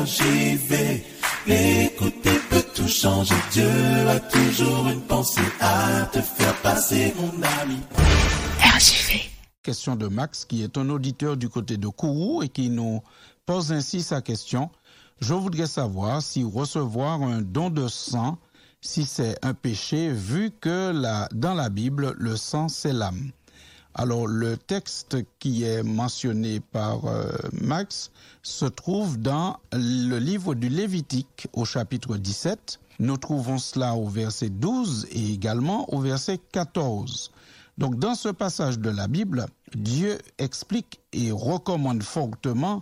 RJV, l'écouter peut tout changer. Dieu a toujours une pensée à te faire passer, mon ami. RJV. Question de Max, qui est un auditeur du côté de Kourou et qui nous pose ainsi sa question. Je voudrais savoir si recevoir un don de sang, si c'est un péché, vu que dans la Bible, le sang, c'est l'âme. Alors, le texte qui est mentionné par Max se trouve dans le livre du Lévitique au chapitre 17. Nous trouvons cela au verset 12 et également au verset 14. Donc, dans ce passage de la Bible, Dieu explique et recommande fortement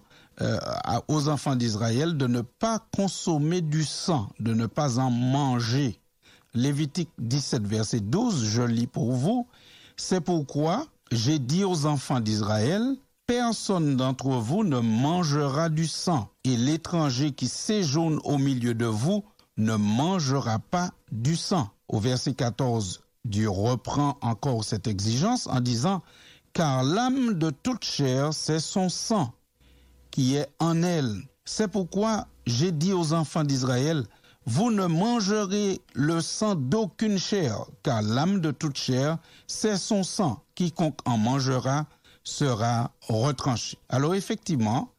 aux enfants d'Israël de ne pas consommer du sang, de ne pas en manger. Lévitique 17, verset 12, je lis pour vous. C'est pourquoi j'ai dit aux enfants d'Israël, personne d'entre vous ne mangera du sang, et l'étranger qui séjourne au milieu de vous ne mangera pas du sang. Au verset 14, Dieu reprend encore cette exigence en disant, car l'âme de toute chair, c'est son sang qui est en elle. C'est pourquoi j'ai dit aux enfants d'Israël, vous ne mangerez le sang d'aucune chair, car l'âme de toute chair, c'est son sang. Quiconque en mangera sera retranché. Alors effectivement,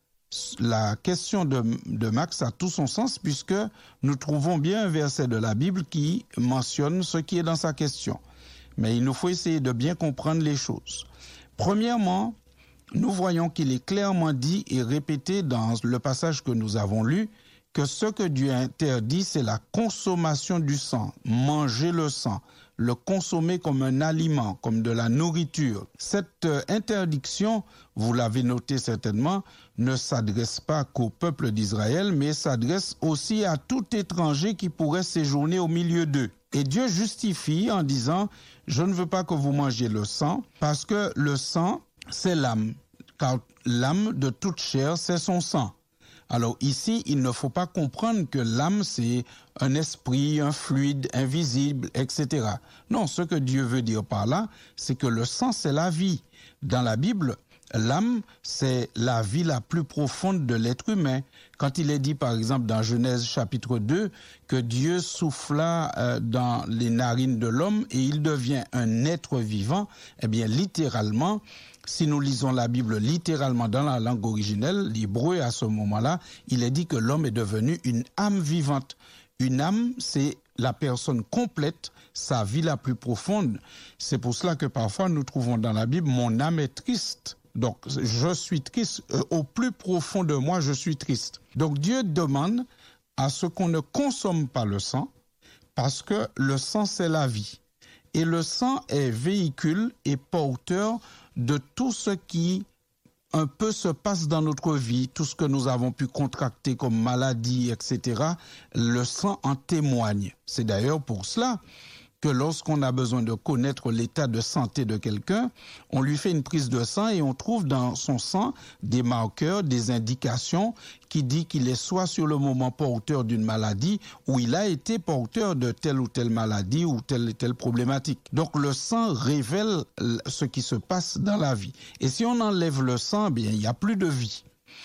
la question de Max a tout son sens puisque nous trouvons bien un verset de la Bible qui mentionne ce qui est dans sa question. Mais il nous faut essayer de bien comprendre les choses. Premièrement, nous voyons qu'il est clairement dit et répété dans le passage que nous avons lu que ce que Dieu interdit, c'est la consommation du sang, manger le sang, le consommer comme un aliment, comme de la nourriture. Cette interdiction, vous l'avez noté certainement, ne s'adresse pas qu'au peuple d'Israël, mais s'adresse aussi à tout étranger qui pourrait séjourner au milieu d'eux. Et Dieu justifie en disant, je ne veux pas que vous mangiez le sang, parce que le sang, c'est l'âme, car l'âme de toute chair, c'est son sang. Alors ici, il ne faut pas comprendre que l'âme, c'est un esprit, un fluide, invisible, etc. Non, ce que Dieu veut dire par là, c'est que le sang, c'est la vie. Dans la Bible, l'âme, c'est la vie la plus profonde de l'être humain. Quand il est dit, par exemple, dans Genèse chapitre 2, que Dieu souffla dans les narines de l'homme et il devient un être vivant, eh bien, littéralement, si nous lisons la Bible littéralement dans la langue originelle, l'hébreu à ce moment-là, il est dit que l'homme est devenu une âme vivante. Une âme, c'est la personne complète, sa vie la plus profonde. C'est pour cela que parfois nous trouvons dans la Bible, mon âme est triste. Donc, je suis triste. Au plus profond de moi, je suis triste. Donc, Dieu demande à ce qu'on ne consomme pas le sang, parce que le sang, c'est la vie. Et le sang est véhicule et porteur de tout ce qui un peu se passe dans notre vie, tout ce que nous avons pu contracter comme maladie, etc. Le sang en témoigne. C'est d'ailleurs pour cela que lorsqu'on a besoin de connaître l'état de santé de quelqu'un, on lui fait une prise de sang et on trouve dans son sang des marqueurs, des indications qui dit qu'il est soit sur le moment porteur d'une maladie ou il a été porteur de telle ou telle maladie ou telle problématique. Donc le sang révèle ce qui se passe dans la vie. Et si on enlève le sang, bien, il n'y a plus de vie.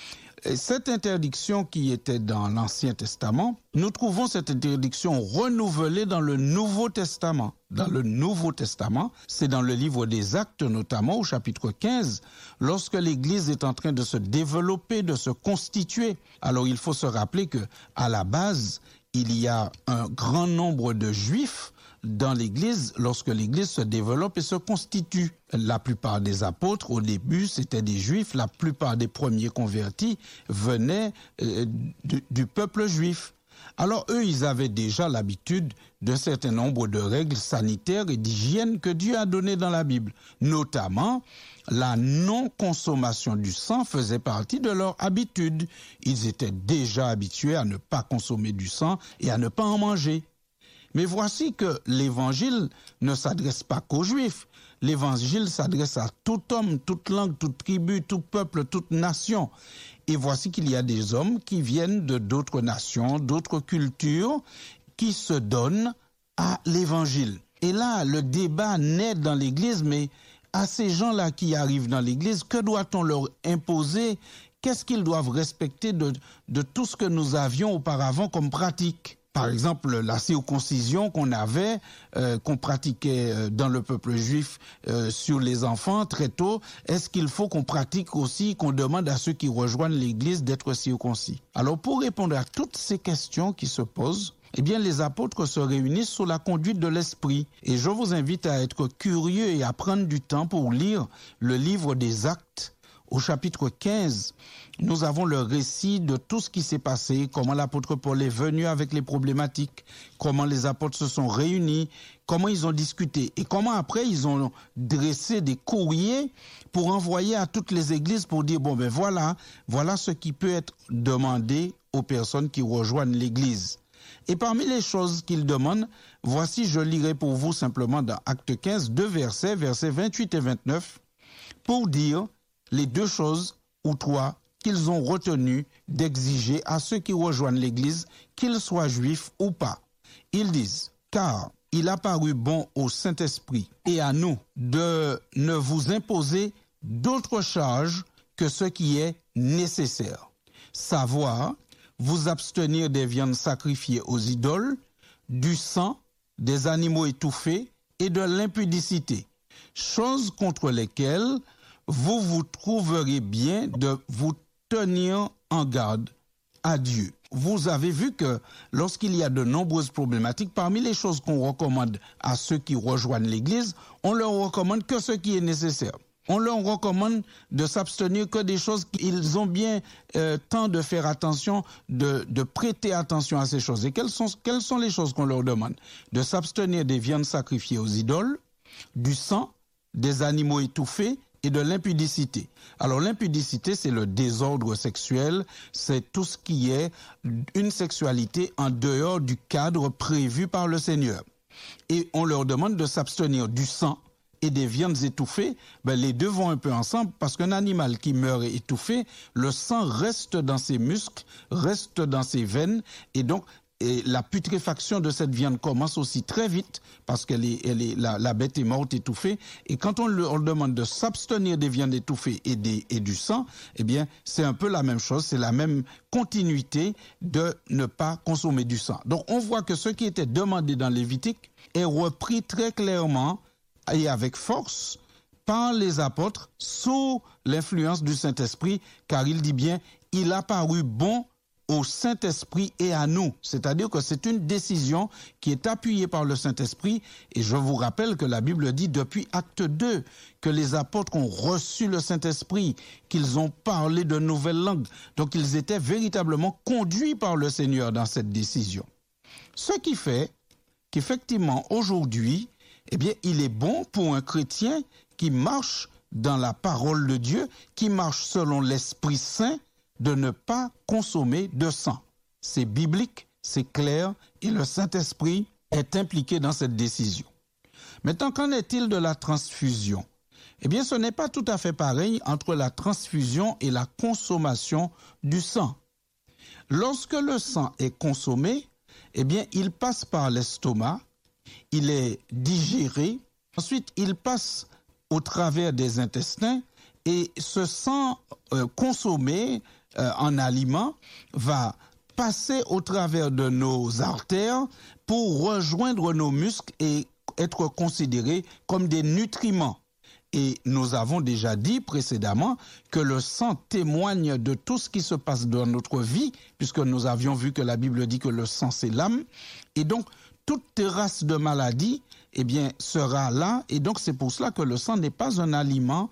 Et cette interdiction qui était dans l'Ancien Testament, nous trouvons cette interdiction renouvelée dans le Nouveau Testament. Dans le Nouveau Testament, c'est dans le livre des Actes notamment, au chapitre 15, lorsque l'Église est en train de se développer, de se constituer. Alors il faut se rappeler que à la base, il y a un grand nombre de Juifs dans l'Église, lorsque l'Église se développe et se constitue. La plupart des apôtres, au début, c'étaient des Juifs. La plupart des premiers convertis venaient du peuple juif. Alors eux, ils avaient déjà l'habitude d'un certain nombre de règles sanitaires et d'hygiène que Dieu a données dans la Bible. Notamment, la non-consommation du sang faisait partie de leur habitude. Ils étaient déjà habitués à ne pas consommer du sang et à ne pas en manger. Mais voici que l'Évangile ne s'adresse pas qu'aux Juifs. L'Évangile s'adresse à tout homme, toute langue, toute tribu, tout peuple, toute nation. Et voici qu'il y a des hommes qui viennent de d'autres nations, d'autres cultures, qui se donnent à l'Évangile. Et là, le débat naît dans l'Église, mais à ces gens-là qui arrivent dans l'Église, que doit-on leur imposer? qu'est-ce qu'ils doivent respecter de tout ce que nous avions auparavant comme pratique. Par exemple, la circoncision qu'on pratiquait dans le peuple juif sur les enfants très tôt, est-ce qu'il faut qu'on pratique aussi, qu'on demande à ceux qui rejoignent l'Église d'être circoncis? Alors, pour répondre à toutes ces questions qui se posent, eh bien, les apôtres se réunissent sous la conduite de l'Esprit. Et je vous invite à être curieux et à prendre du temps pour lire le livre des Actes. Au chapitre 15, nous avons le récit de tout ce qui s'est passé, comment l'apôtre Paul est venu avec les problématiques, comment les apôtres se sont réunis, comment ils ont discuté et comment après ils ont dressé des courriers pour envoyer à toutes les églises pour dire, bon ben voilà ce qui peut être demandé aux personnes qui rejoignent l'église. Et parmi les choses qu'ils demandent, voici, je lirai pour vous simplement dans Acte 15, 2 versets 28 et 29, pour dire les 2 choses ou 3 qu'ils ont retenu d'exiger à ceux qui rejoignent l'Église, qu'ils soient juifs ou pas. Ils disent, car il a paru bon au Saint-Esprit et à nous de ne vous imposer d'autres charges que ce qui est nécessaire. Savoir vous abstenir des viandes sacrifiées aux idoles, du sang, des animaux étouffés et de l'impudicité, choses contre lesquelles vous vous trouverez bien de vous tenir en garde à Dieu. Vous avez vu que lorsqu'il y a de nombreuses problématiques, parmi les choses qu'on recommande à ceux qui rejoignent l'Église, on leur recommande que ce qui est nécessaire. On leur recommande de s'abstenir que des choses qu'ils ont bien temps de faire attention, de prêter attention à ces choses. Et quelles sont les choses qu'on leur demande? De s'abstenir des viandes sacrifiées aux idoles, du sang, des animaux étouffés et de l'impudicité. Alors l'impudicité, c'est le désordre sexuel, c'est tout ce qui est une sexualité en dehors du cadre prévu par le Seigneur. Et on leur demande de s'abstenir du sang et des viandes étouffées. Ben, les deux vont un peu ensemble parce qu'un animal qui meurt étouffé, le sang reste dans ses muscles, reste dans ses veines et donc la putréfaction de cette viande commence aussi très vite parce que la bête est morte étouffée. Et quand on leur demande de s'abstenir des viandes étouffées et du sang, eh bien, c'est un peu la même chose, c'est la même continuité de ne pas consommer du sang. Donc, on voit que ce qui était demandé dans Lévitique est repris très clairement et avec force par les apôtres sous l'influence du Saint-Esprit, car il dit bien, il a paru bon au Saint-Esprit et à nous. C'est-à-dire que c'est une décision qui est appuyée par le Saint-Esprit. Et je vous rappelle que la Bible dit depuis Acte 2 que les apôtres ont reçu le Saint-Esprit, qu'ils ont parlé de nouvelles langues. Donc ils étaient véritablement conduits par le Seigneur dans cette décision. Ce qui fait qu'effectivement aujourd'hui, eh bien, il est bon pour un chrétien qui marche dans la parole de Dieu, qui marche selon l'Esprit Saint, de ne pas consommer de sang. C'est biblique, c'est clair, et le Saint-Esprit est impliqué dans cette décision. Maintenant, qu'en est-il de la transfusion? Eh bien, ce n'est pas tout à fait pareil entre la transfusion et la consommation du sang. Lorsque le sang est consommé, eh bien, il passe par l'estomac, il est digéré, ensuite il passe au travers des intestins et ce sang consommé en aliment va passer au travers de nos artères pour rejoindre nos muscles et être considéré comme des nutriments. Et nous avons déjà dit précédemment que le sang témoigne de tout ce qui se passe dans notre vie, puisque nous avions vu que la Bible dit que le sang c'est l'âme. Et donc, toute trace de maladie, eh bien, sera là. Et donc, c'est pour cela que le sang n'est pas un aliment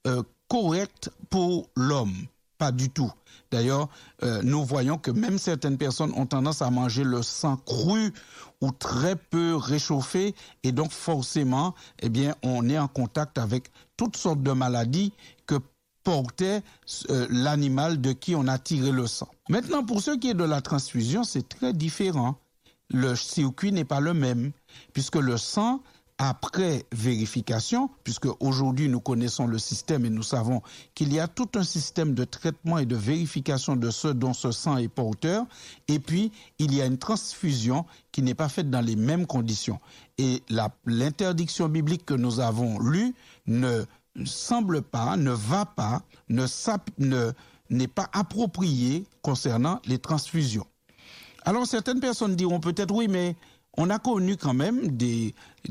correct pour l'homme. Pas du tout. D'ailleurs, nous voyons que même certaines personnes ont tendance à manger le sang cru ou très peu réchauffé. Et donc, forcément, eh bien, on est en contact avec toutes sortes de maladies que portait l'animal de qui on a tiré le sang. Maintenant, pour ce qui est de la transfusion, c'est très différent. Le circuit n'est pas le même, puisque le sang, après vérification, puisque aujourd'hui nous connaissons le système et nous savons qu'il y a tout un système de traitement et de vérification de ce dont ce sang est porteur, et puis il y a une transfusion qui n'est pas faite dans les mêmes conditions. Et l'interdiction biblique que nous avons lue ne semble pas, ne va pas, ne n'est pas approprié concernant les transfusions. Alors certaines personnes diront peut-être oui, mais on a connu quand même des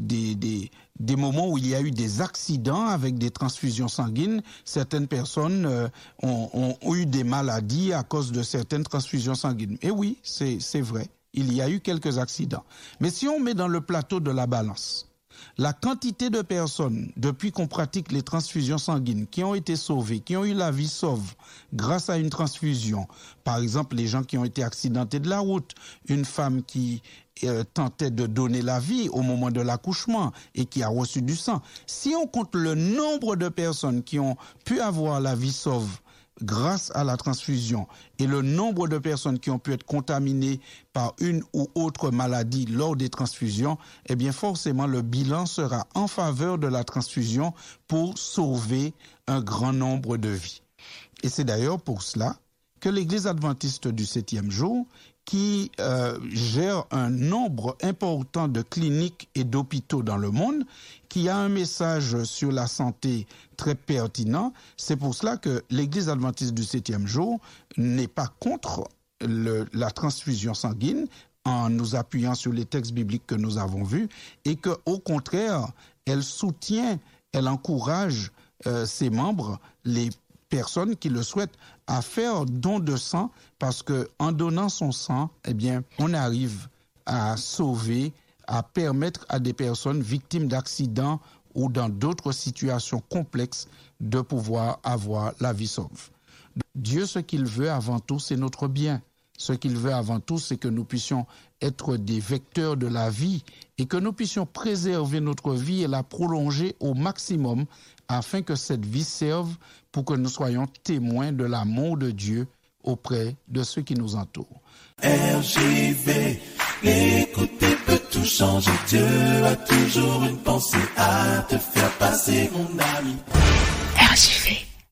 moments où il y a eu des accidents avec des transfusions sanguines. Certaines personnes ont eu des maladies à cause de certaines transfusions sanguines. Et oui, c'est vrai, il y a eu quelques accidents. Mais si on met dans le plateau de la balance la quantité de personnes, depuis qu'on pratique les transfusions sanguines, qui ont été sauvées, qui ont eu la vie sauve grâce à une transfusion, par exemple les gens qui ont été accidentés de la route, une femme qui tentait de donner la vie au moment de l'accouchement et qui a reçu du sang. Si on compte le nombre de personnes qui ont pu avoir la vie sauve grâce à la transfusion et le nombre de personnes qui ont pu être contaminées par une ou autre maladie lors des transfusions, eh bien forcément le bilan sera en faveur de la transfusion pour sauver un grand nombre de vies. Et c'est d'ailleurs pour cela que l'Église adventiste du 7e jour, qui gère un nombre important de cliniques et d'hôpitaux dans le monde, qui a un message sur la santé très pertinent. C'est pour cela que l'Église adventiste du 7e jour n'est pas contre la transfusion sanguine, en nous appuyant sur les textes bibliques que nous avons vus, et qu'au contraire, elle soutient, elle encourage ses membres, les personnes qui le souhaitent, à faire don de sang, parce que en donnant son sang, eh bien, on arrive à sauver, à permettre à des personnes victimes d'accidents ou dans d'autres situations complexes de pouvoir avoir la vie sauve. Dieu, ce qu'il veut avant tout, c'est notre bien. Ce qu'il veut avant tout, c'est que nous puissions être des vecteurs de la vie et que nous puissions préserver notre vie et la prolonger au maximum afin que cette vie serve pour que nous soyons témoins de l'amour de Dieu auprès de ceux qui nous entourent. RJV, l'écouter peut tout changer. Dieu a toujours une pensée à te faire passer, mon ami. RJV.